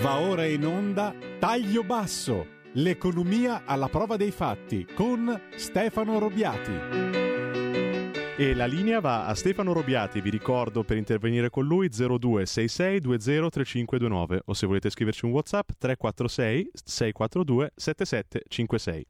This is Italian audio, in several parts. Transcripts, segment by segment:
Va ora in onda Taglio Basso, l'economia alla prova dei fatti con Stefano Robiati. E la linea va a Stefano Robiati, vi ricordo per intervenire con lui 0266 203529 o se volete scriverci un WhatsApp 346 642 7756.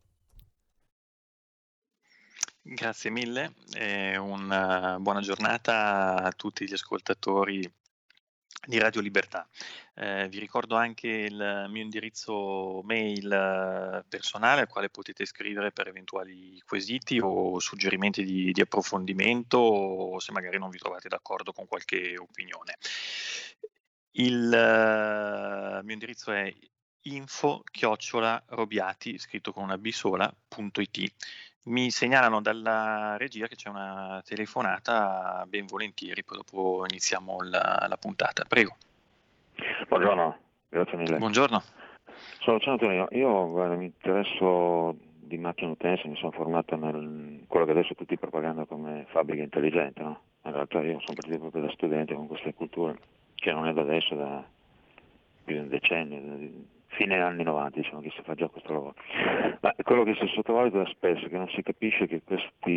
Grazie mille e una buona giornata a tutti gli ascoltatori di Radio Libertà. Vi ricordo anche il mio indirizzo mail personale al quale potete scrivere per eventuali quesiti o suggerimenti di approfondimento o se magari non vi trovate d'accordo con qualche opinione. Il mio indirizzo è info@robiati, scritto con una B sola.it. Mi segnalano dalla regia che c'è una telefonata, ben volentieri, poi dopo iniziamo la puntata. Prego. Buongiorno, grazie mille. Buongiorno. Sono Luciano Antonio, io guarda, mi interesso di macchine utenze, mi sono formato nel quello che adesso tutti propaganda come fabbrica intelligente, no? In realtà io sono partito proprio da studente con queste culture, che non è da adesso, da più di un decennio, fine anni 90, diciamo che si fa già questo lavoro. Ma quello che si sottovaluta spesso è che non si capisce che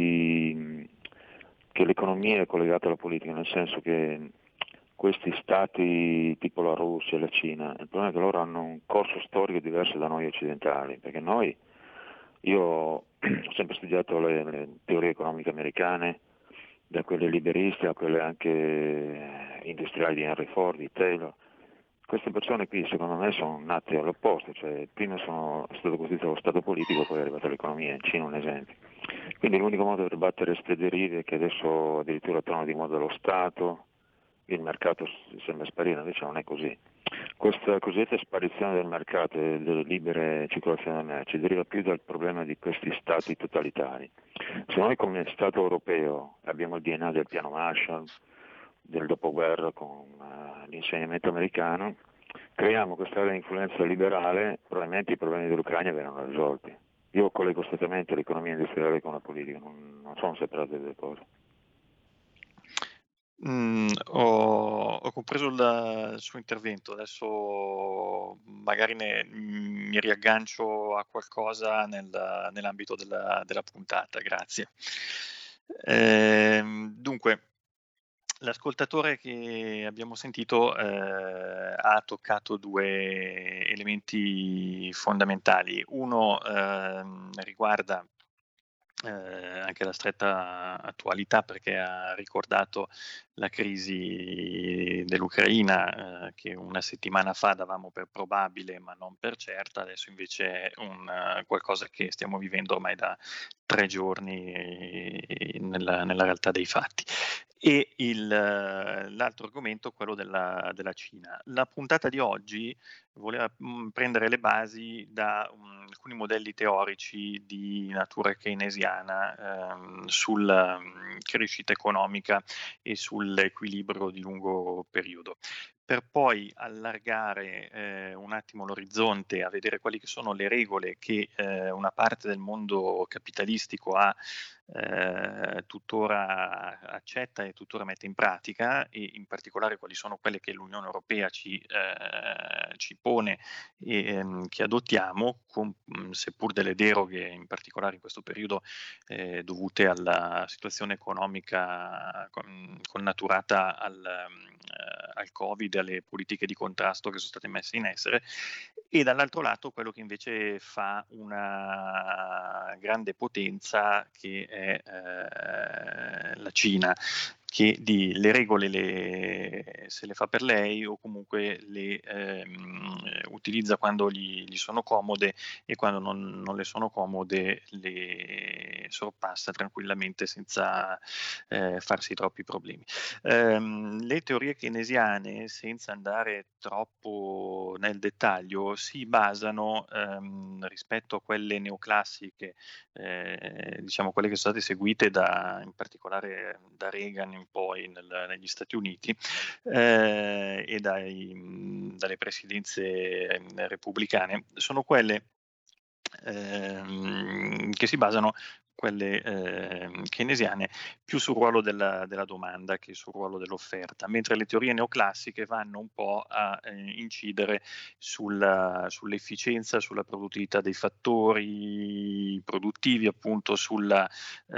che l'economia è collegata alla politica, nel senso che questi stati tipo la Russia e la Cina, il problema è che loro hanno un corso storico diverso da noi occidentali, perché io ho sempre studiato le teorie economiche americane, da quelle liberiste a quelle anche industriali di Henry Ford, di Taylor. Queste persone qui secondo me sono nate all'opposto, cioè prima è stato costituito lo stato politico, poi è arrivata l'economia, in Cina un esempio. Quindi l'unico modo per battere queste derive è che adesso addirittura tornano di moda lo Stato, il mercato sembra sparire, invece non è così. Questa cosiddetta sparizione del mercato e delle libere circolazioni delle merci deriva più dal problema di questi stati totalitari. Se noi come Stato europeo abbiamo il DNA del piano Marshall, del dopoguerra con l'insegnamento americano, creiamo questa area di influenza liberale, probabilmente i problemi dell'Ucraina verranno risolti. Io collego strettamente l'economia industriale con la politica, non sono separate le due cose. Ho compreso il suo intervento, adesso magari mi riaggancio a qualcosa nell'ambito della puntata, grazie. Dunque, l'ascoltatore che abbiamo sentito ha toccato due elementi fondamentali. Uno riguarda anche la stretta attualità, perché ha ricordato la crisi dell'Ucraina che una settimana fa davamo per probabile ma non per certa, adesso invece è qualcosa che stiamo vivendo ormai da 3 giorni nella realtà dei fatti. E l'altro argomento, quello della Cina. La puntata di oggi voleva prendere le basi da alcuni modelli teorici di natura keynesiana sulla crescita economica e sull'equilibrio di lungo periodo, per poi allargare un attimo l'orizzonte a vedere quali che sono le regole che una parte del mondo capitalistico ha tuttora accetta e tuttora mette in pratica, e in particolare quali sono quelle che l'Unione Europea ci pone e che adottiamo, seppur delle deroghe, in particolare in questo periodo dovute alla situazione economica connaturata al Covid e alle politiche di contrasto che sono state messe in essere, e dall'altro lato quello che invece fa una grande potenza, che è la Cina, che le regole se le fa per lei, o comunque le utilizza quando gli sono comode, e quando non le sono comode le sorpassa tranquillamente senza farsi troppi problemi. Le teorie keynesiane, senza andare troppo nel dettaglio, si basano rispetto a quelle neoclassiche, diciamo quelle che sono state seguite in particolare da Reagan in poi negli Stati Uniti e dalle presidenze repubblicane, sono quelle che si basano quelle keynesiane, più sul ruolo della domanda che sul ruolo dell'offerta, mentre le teorie neoclassiche vanno un po' a incidere sull'efficienza, sulla produttività dei fattori produttivi, appunto sul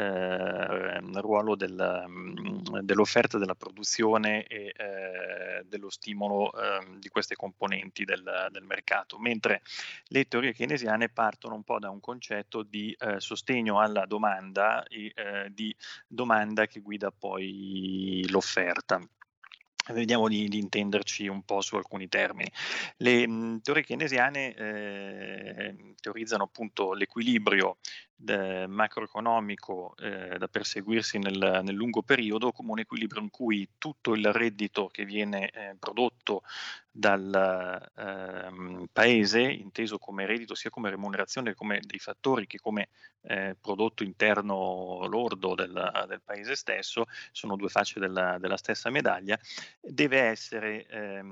ruolo dell'offerta, della produzione e dello stimolo di queste componenti del mercato, mentre le teorie keynesiane partono un po' da un concetto di sostegno alla domanda e di domanda che guida poi l'offerta. Vediamo di intenderci un po' su alcuni termini. Le teorie keynesiane teorizzano appunto l'equilibrio macroeconomico da perseguirsi nel lungo periodo come un equilibrio in cui tutto il reddito che viene prodotto dal paese, inteso come reddito sia come remunerazione come dei fattori che come prodotto interno lordo del paese stesso, sono due facce della stessa medaglia, deve essere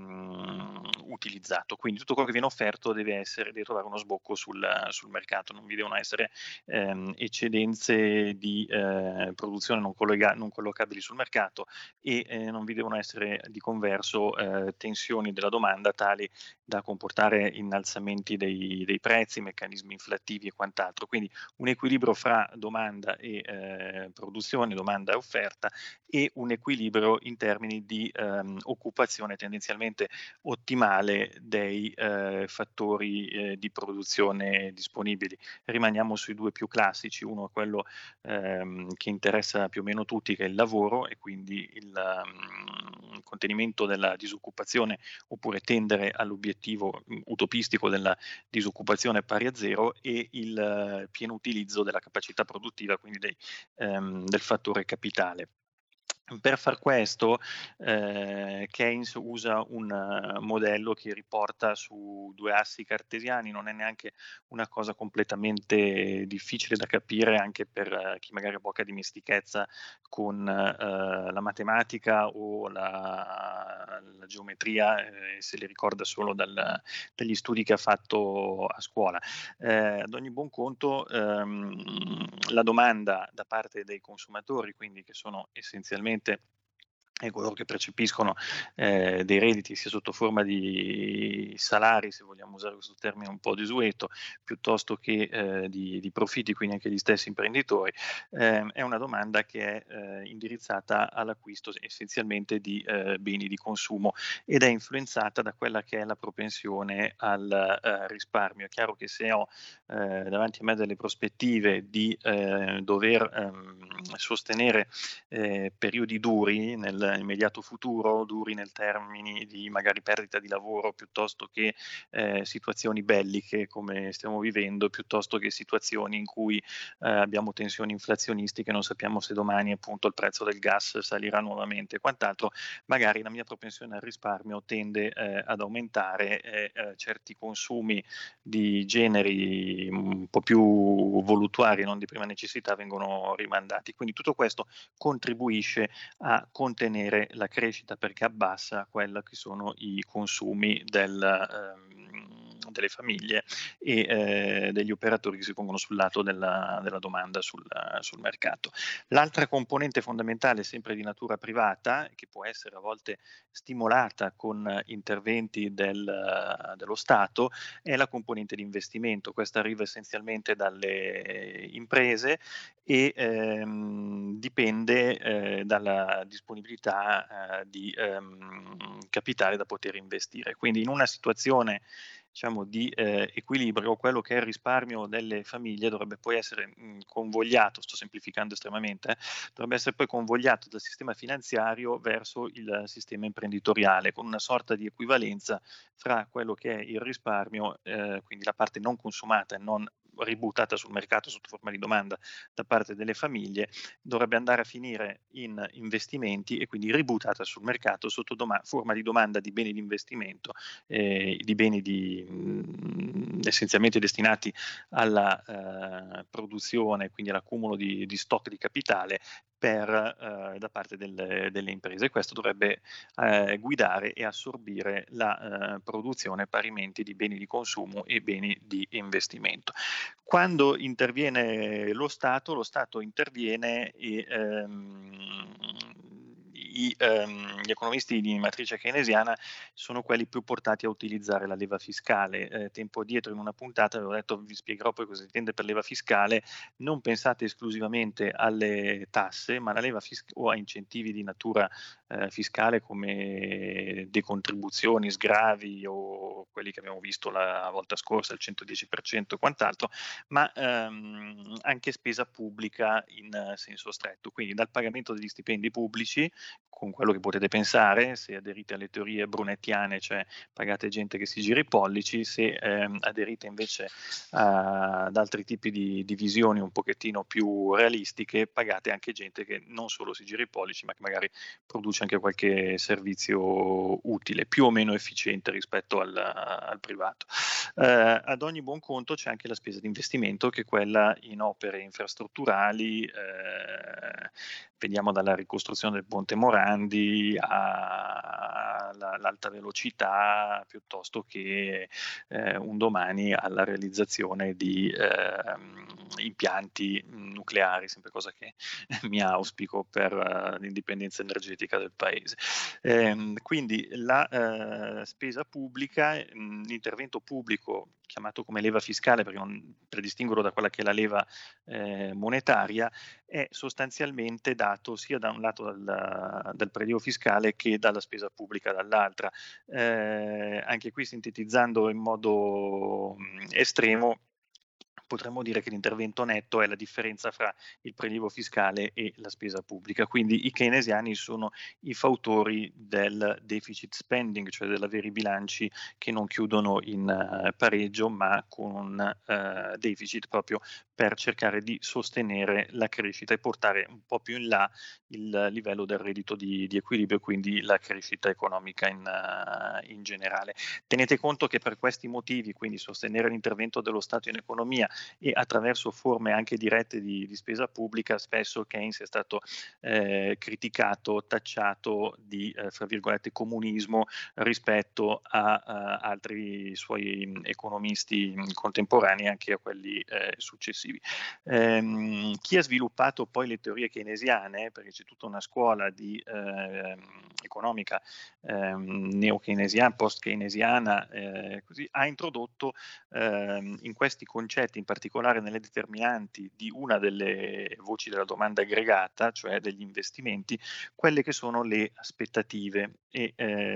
utilizzato. Quindi tutto quello che viene offerto deve trovare uno sbocco sul mercato, non vi devono essere eccedenze di produzione non collocabili sul mercato e non vi devono essere di converso tensioni della domanda tali da comportare innalzamenti dei prezzi, meccanismi inflattivi e quant'altro. Quindi un equilibrio fra domanda e produzione, domanda e offerta, e un equilibrio in termini di occupazione tendenzialmente ottimale dei fattori di produzione disponibili. Rimaniamo sui due più classici, uno è quello che interessa più o meno tutti, che è il lavoro, e quindi il contenimento della disoccupazione, oppure tendere all'obiettivo utopistico della disoccupazione pari a zero, e il pieno utilizzo della capacità produttiva, quindi del fattore capitale. Per far questo Keynes usa un modello che riporta su due assi cartesiani, non è neanche una cosa completamente difficile da capire anche per chi magari ha poca dimestichezza con la matematica o la geometria, se li ricorda solo dagli studi che ha fatto a scuola. Ad ogni buon conto la domanda da parte dei consumatori, quindi che sono essenzialmente coloro che percepiscono dei redditi sia sotto forma di salari, se vogliamo usare questo termine un po' desueto, piuttosto che di profitti, quindi anche gli stessi imprenditori, è una domanda che è indirizzata all'acquisto essenzialmente di beni di consumo ed è influenzata da quella che è la propensione al risparmio. È chiaro che se ho davanti a me delle prospettive di dover sostenere periodi duri nell'immediato futuro, duri nel termini di magari perdita di lavoro, piuttosto che situazioni belliche come stiamo vivendo, piuttosto che situazioni in cui abbiamo tensioni inflazionistiche, non sappiamo se domani appunto il prezzo del gas salirà nuovamente e quant'altro, magari la mia propensione al risparmio tende ad aumentare e certi consumi di generi un po' più voluttuari, non di prima necessità, vengono rimandati. Quindi tutto questo contribuisce a contenere la crescita perché abbassa quelli che sono i consumi delle famiglie e degli operatori che si pongono sul lato della domanda sul mercato. L'altra componente fondamentale, sempre di natura privata, che può essere a volte stimolata con interventi dello Stato, è la componente di investimento. Questa arriva essenzialmente dalle imprese e dipende dalla disponibilità di capitale da poter investire. Quindi in una situazione, diciamo, di equilibrio, quello che è il risparmio delle famiglie dovrebbe poi essere convogliato, sto semplificando estremamente, dovrebbe essere poi convogliato dal sistema finanziario verso il sistema imprenditoriale, con una sorta di equivalenza fra quello che è il risparmio, quindi la parte non consumata e non ributtata sul mercato sotto forma di domanda da parte delle famiglie, dovrebbe andare a finire in investimenti e quindi ributtata sul mercato sotto forma di domanda di beni di investimento, di beni essenzialmente destinati alla produzione, quindi all'accumulo di stock di capitale, da parte delle imprese. Questo dovrebbe guidare e assorbire la produzione parimenti di beni di consumo e beni di investimento. Quando interviene lo Stato interviene e gli economisti di matrice keynesiana sono quelli più portati a utilizzare la leva fiscale. Tempo addietro in una puntata avevo detto, vi spiegherò poi cosa si intende per leva fiscale, non pensate esclusivamente alle tasse, ma alla leva o a incentivi di natura fiscale come decontribuzioni, sgravi o quelli che abbiamo visto la volta scorsa, il 110% e quant'altro, ma anche spesa pubblica in senso stretto, quindi dal pagamento degli stipendi pubblici, con quello che potete pensare, se aderite alle teorie brunettiane, cioè pagate gente che si gira i pollici, se aderite invece ad altri tipi di visioni un pochettino più realistiche, pagate anche gente che non solo si gira i pollici, ma che magari produce anche qualche servizio utile, più o meno efficiente rispetto al privato. Ad ogni buon conto c'è anche la spesa di investimento, che è quella in opere infrastrutturali, vediamo dalla ricostruzione del Ponte Morandi all'alta velocità, piuttosto che un domani alla realizzazione di impianti nucleari, sempre cosa che mi auspico per l'indipendenza energetica del paese. Quindi la spesa pubblica, l'intervento pubblico chiamato come leva fiscale, per distinguerlo da quella che è la leva monetaria, è sostanzialmente dato sia da un lato dal prelievo fiscale che dalla spesa pubblica dall'altra. Anche qui, sintetizzando in modo estremo, potremmo dire che l'intervento netto è la differenza fra il prelievo fiscale e la spesa pubblica. Quindi i keynesiani sono i fautori del deficit spending, cioè dell'avere i bilanci che non chiudono in pareggio, ma con un deficit, proprio per cercare di sostenere la crescita e portare un po' più in là il livello del reddito di equilibrio, quindi la crescita economica in generale. Tenete conto che per questi motivi, quindi sostenere l'intervento dello Stato in economia e attraverso forme anche dirette di spesa pubblica, spesso Keynes è stato criticato, tacciato di, fra virgolette, comunismo rispetto a altri suoi economisti contemporanei, anche a quelli successivi. Chi ha sviluppato poi le teorie keynesiane, perché c'è tutta una scuola di economica neo-keynesiana, post-keynesiana, così, ha introdotto in questi concetti, in particolare nelle determinanti di una delle voci della domanda aggregata, cioè degli investimenti, quelle che sono le aspettative e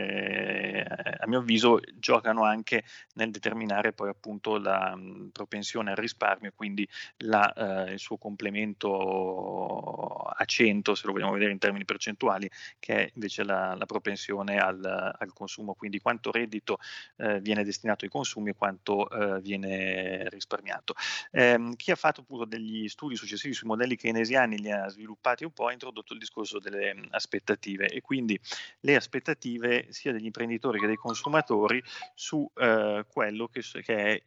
a mio avviso giocano anche nel determinare poi appunto la propensione al risparmio, quindi il suo complemento a 100, se lo vogliamo vedere in termini percentuali, che è invece la propensione al consumo, quindi quanto reddito viene destinato ai consumi e quanto viene risparmiato. Chi ha fatto appunto degli studi successivi sui modelli keynesiani, li ha sviluppati un po', ha introdotto il discorso delle aspettative, e quindi le aspettative sia degli imprenditori che dei consumatori su quello che è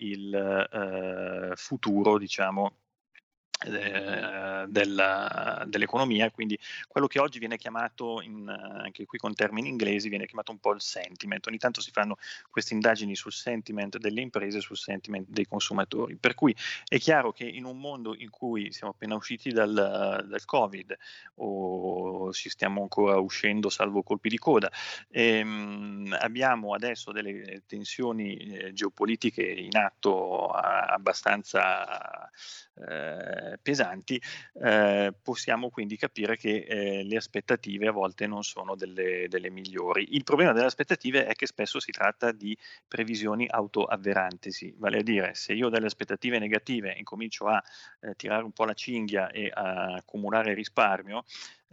il futuro, diciamo, dell'economia, quindi quello che oggi viene chiamato, anche qui con termini inglesi, viene chiamato un po' il sentiment. Ogni tanto si fanno queste indagini sul sentiment delle imprese, sul sentiment dei consumatori, per cui è chiaro che in un mondo in cui siamo appena usciti dal Covid, o ci stiamo ancora uscendo salvo colpi di coda, abbiamo adesso delle tensioni geopolitiche in atto abbastanza pesanti, possiamo quindi capire che le aspettative a volte non sono delle migliori. Il problema delle aspettative è che spesso si tratta di previsioni autoavverantisi, vale a dire, se io ho delle aspettative negative incomincio a tirare un po' la cinghia e a accumulare risparmio,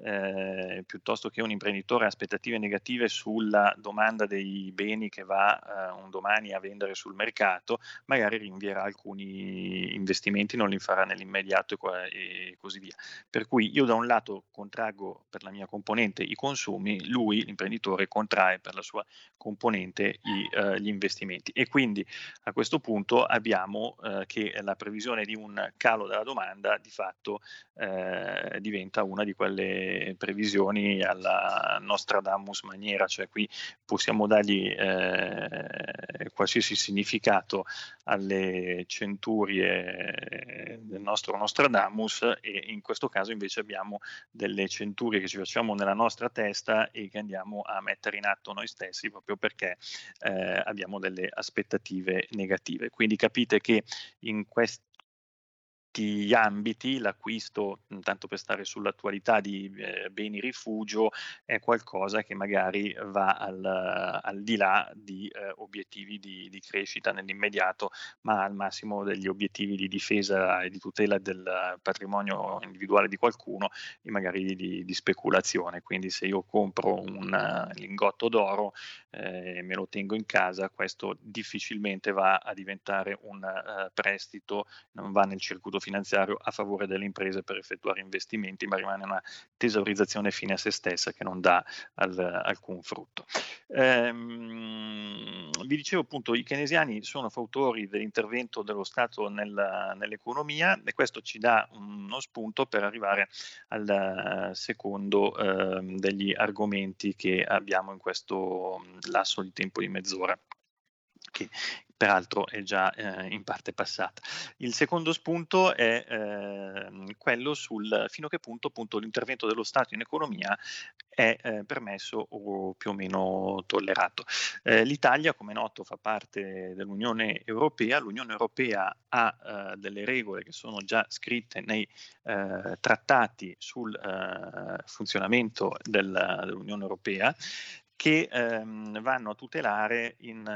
piuttosto che un imprenditore ha aspettative negative sulla domanda dei beni che va un domani a vendere sul mercato, magari rinvierà alcuni investimenti, non li farà nell'immediato e così via. Per cui io da un lato contraggo per la mia componente i consumi, lui, l'imprenditore, contrae per la sua componente gli investimenti, e quindi a questo punto abbiamo che la previsione di un calo della domanda di fatto diventa una di quelle previsioni alla Nostradamus maniera, cioè qui possiamo dargli qualsiasi significato alle centurie del nostro Nostradamus, e in questo caso invece abbiamo delle centurie che ci facciamo nella nostra testa e che andiamo a mettere in atto noi stessi, proprio perché abbiamo delle aspettative negative. Quindi capite che in questi ambiti l'acquisto, tanto per stare sull'attualità, di beni rifugio è qualcosa che magari va al di là di obiettivi di crescita nell'immediato, ma al massimo degli obiettivi di difesa e di tutela del patrimonio individuale di qualcuno e magari di speculazione. Quindi se io compro un lingotto d'oro e me lo tengo in casa, questo difficilmente va a diventare un prestito, non va nel circuito finanziario a favore delle imprese per effettuare investimenti, ma rimane una tesaurizzazione fine a se stessa che non dà alcun frutto. Vi dicevo appunto, i keynesiani sono fautori dell'intervento dello Stato nell'economia, e questo ci dà uno spunto per arrivare al secondo degli argomenti che abbiamo in questo lasso di tempo di mezz'ora, che peraltro è già in parte passata. Il secondo spunto è quello sul fino a che punto appunto l'intervento dello Stato in economia è permesso o più o meno tollerato. L'Italia, come noto, fa parte dell'Unione Europea. L'Unione Europea ha delle regole che sono già scritte nei trattati sul funzionamento dell'Unione Europea, che vanno a tutelare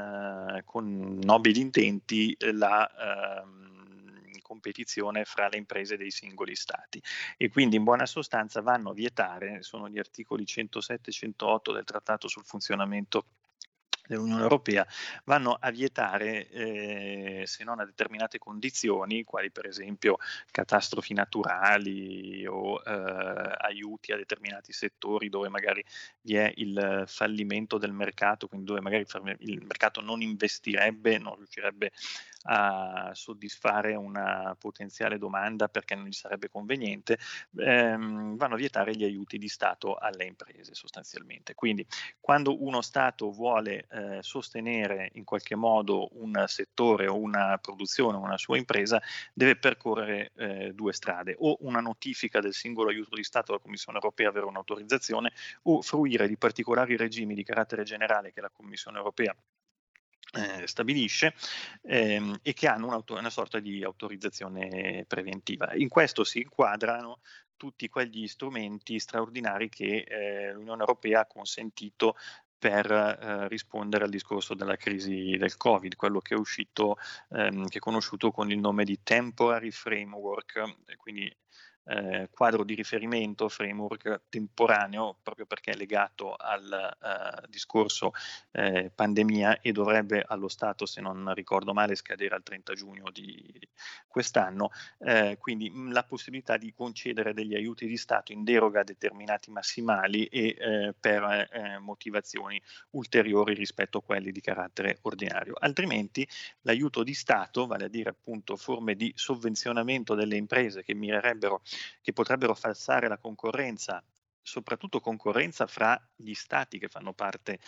con nobili intenti la competizione fra le imprese dei singoli stati, e quindi in buona sostanza vanno a vietare, sono gli articoli 107 e 108 del Trattato sul funzionamento dell'Unione Europea, vanno a vietare, se non a determinate condizioni, quali per esempio catastrofi naturali o aiuti a determinati settori dove magari vi è il fallimento del mercato, quindi dove magari il mercato non investirebbe, non riuscirebbe a soddisfare una potenziale domanda perché non gli sarebbe conveniente, vanno a vietare gli aiuti di Stato alle imprese sostanzialmente. Quindi quando uno Stato vuole sostenere in qualche modo un settore o una produzione o una sua impresa, deve percorrere due strade: o una notifica del singolo aiuto di Stato alla Commissione Europea, avere un'autorizzazione, o fruire di particolari regimi di carattere generale che la Commissione Europea stabilisce e che hanno una sorta di autorizzazione preventiva. In questo si inquadrano tutti quegli strumenti straordinari che l'Unione Europea ha consentito per rispondere al discorso della crisi del Covid, quello che è uscito, che è conosciuto con il nome di Temporary Framework, quindi quadro di riferimento, framework temporaneo, proprio perché è legato al discorso pandemia e dovrebbe allo Stato, se non ricordo male, scadere al 30 giugno di quest'anno, quindi la possibilità di concedere degli aiuti di Stato in deroga a determinati massimali e per motivazioni ulteriori rispetto a quelli di carattere ordinario. Altrimenti l'aiuto di Stato, vale a dire appunto forme di sovvenzionamento delle imprese che potrebbero falsare la concorrenza, soprattutto concorrenza fra gli stati che fanno parte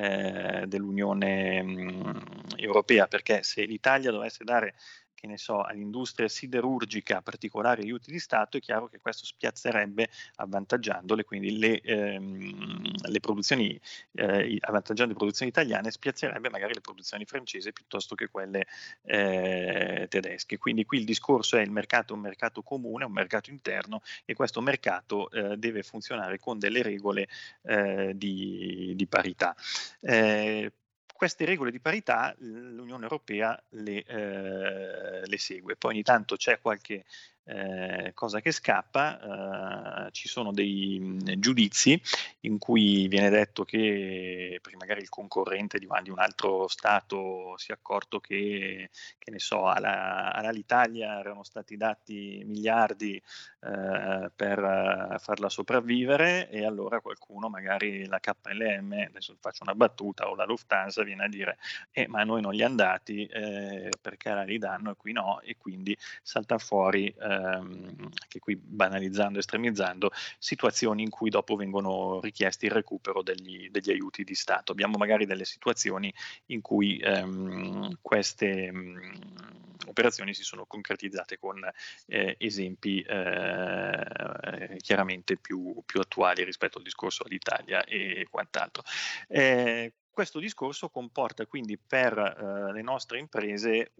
dell'Unione Europea, perché se l'Italia dovesse dare, che ne so, all'industria siderurgica particolari aiuti di Stato, è chiaro che questo spiazzerebbe, avvantaggiandole, quindi le produzioni, avvantaggiando le produzioni italiane, spiazzerebbe magari le produzioni francesi piuttosto che quelle tedesche. Quindi qui il discorso è: il mercato è un mercato comune, un mercato interno, e questo mercato deve funzionare con delle regole di parità. Queste regole di parità l'Unione Europea le segue. Poi ogni tanto c'è qualche cosa che scappa, ci sono dei giudizi in cui viene detto che perché magari il concorrente di un altro Stato si è accorto che ne so, all'Italia erano stati dati miliardi per farla sopravvivere, e allora qualcuno, magari la KLM, adesso faccio una battuta, o la Lufthansa viene a dire ma a noi non li hanno dati, perché la li danno e qui no, e quindi salta fuori, che qui banalizzando, estremizzando, situazioni in cui dopo vengono richiesti il recupero degli aiuti di Stato. Abbiamo magari delle situazioni in cui queste operazioni si sono concretizzate con esempi chiaramente più attuali rispetto al discorso all'Italia e quant'altro. Questo discorso comporta quindi per le nostre imprese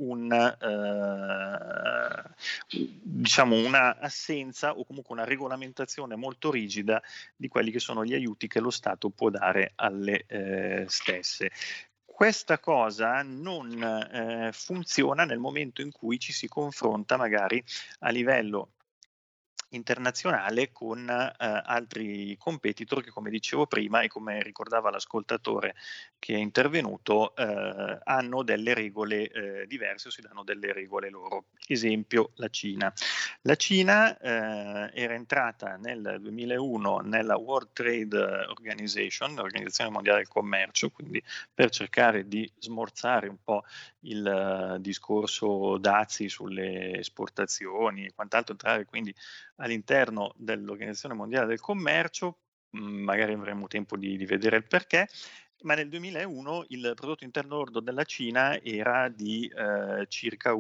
diciamo una assenza o comunque una regolamentazione molto rigida di quelli che sono gli aiuti che lo Stato può dare alle stesse. Questa cosa non funziona nel momento in cui ci si confronta magari a livello internazionale con altri competitor che, come dicevo prima e come ricordava l'ascoltatore che è intervenuto, hanno delle regole diverse o si danno delle regole loro. Esempio, la Cina. La Cina era entrata nel 2001 nella World Trade Organization, l'Organizzazione Mondiale del Commercio, quindi per cercare di smorzare un po' il discorso dazi sulle esportazioni e quant'altro, entrare quindi all'interno dell'Organizzazione Mondiale del Commercio, magari avremo tempo di vedere il perché, ma nel 2001 il prodotto interno lordo della Cina era di circa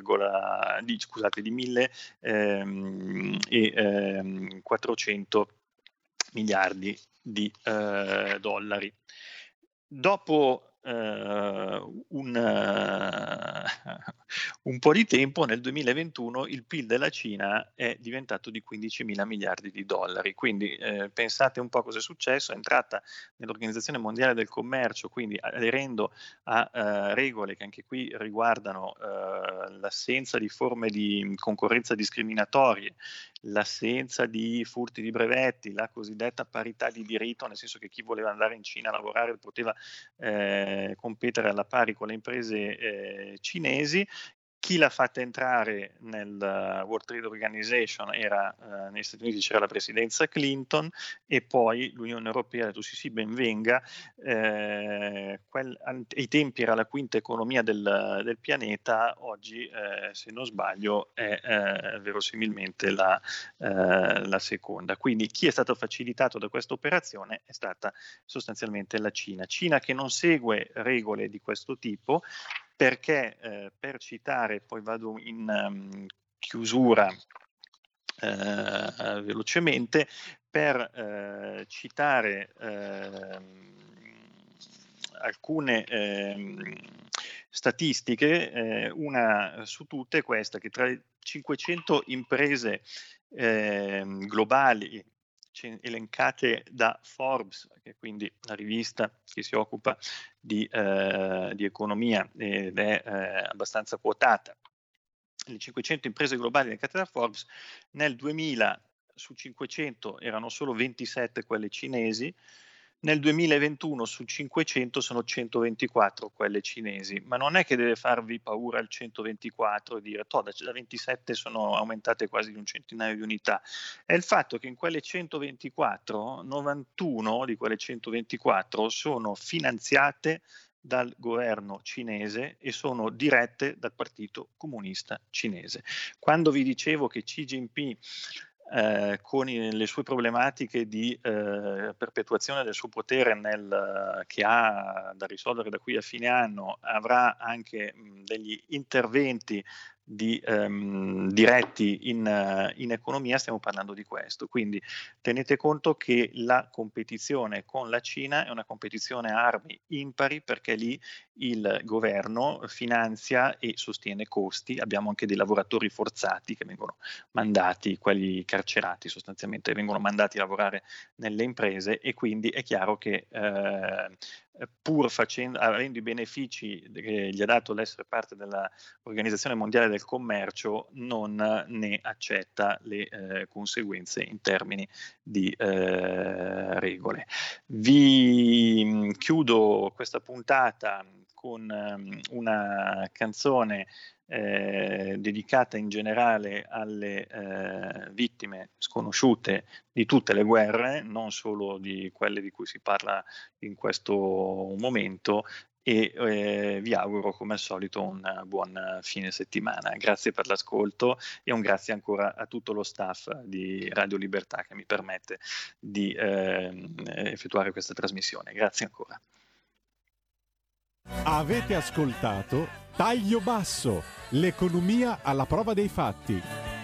1,400 miliardi di dollari. Dopo un po' di tempo, nel 2021 il PIL della Cina è diventato di 15.000 miliardi di dollari, quindi pensate un po' cosa è successo. È entrata nell'Organizzazione Mondiale del Commercio, quindi aderendo a regole che anche qui riguardano l'assenza di forme di concorrenza discriminatorie, l'assenza di furti di brevetti, la cosiddetta parità di diritto, nel senso che chi voleva andare in Cina a lavorare poteva competere alla pari con le imprese cinesi. Chi l'ha fatta entrare nel World Trade Organization era negli Stati Uniti, c'era la presidenza Clinton, e poi l'Unione Europea ha detto sì, ben venga. Ai tempi era la quinta economia del pianeta, oggi se non sbaglio è verosimilmente la seconda. Quindi chi è stato facilitato da questa operazione è stata sostanzialmente la Cina che non segue regole di questo tipo, perché per citare, poi vado in chiusura velocemente, per citare alcune statistiche, una su tutte è questa, che tra le 500 imprese globali elencate da Forbes, che è quindi la rivista che si occupa di economia ed è abbastanza quotata, le 500 imprese globali elencate da Forbes, nel 2000 su 500 erano solo 27 quelle cinesi, nel 2021 su 500 sono 124 quelle cinesi, ma non è che deve farvi paura il 124 e dire da 27 sono aumentate quasi di un centinaio di unità. È il fatto che in quelle 124, 91 di quelle 124 sono finanziate dal governo cinese e sono dirette dal Partito Comunista Cinese. Quando vi dicevo che Xi Jinping con le sue problematiche di perpetuazione del suo potere che ha da risolvere da qui a fine anno, avrà anche degli interventi diretti in economia, stiamo parlando di questo. Quindi tenete conto che la competizione con la Cina è una competizione a armi impari, perché lì il governo finanzia e sostiene costi. Abbiamo anche dei lavoratori forzati che vengono mandati, quelli carcerati sostanzialmente, vengono mandati a lavorare nelle imprese, e quindi è chiaro che pur avendo i benefici che gli ha dato l'essere parte dell'Organizzazione Mondiale del Commercio, non ne accetta le conseguenze in termini di regole. Vi chiudo questa puntata con una canzone dedicata in generale alle vittime sconosciute di tutte le guerre, non solo di quelle di cui si parla in questo momento, e vi auguro come al solito un buon fine settimana. Grazie per l'ascolto e un grazie ancora a tutto lo staff di Radio Libertà che mi permette di effettuare questa trasmissione. Grazie ancora. Avete ascoltato Taglio Basso, l'economia alla prova dei fatti.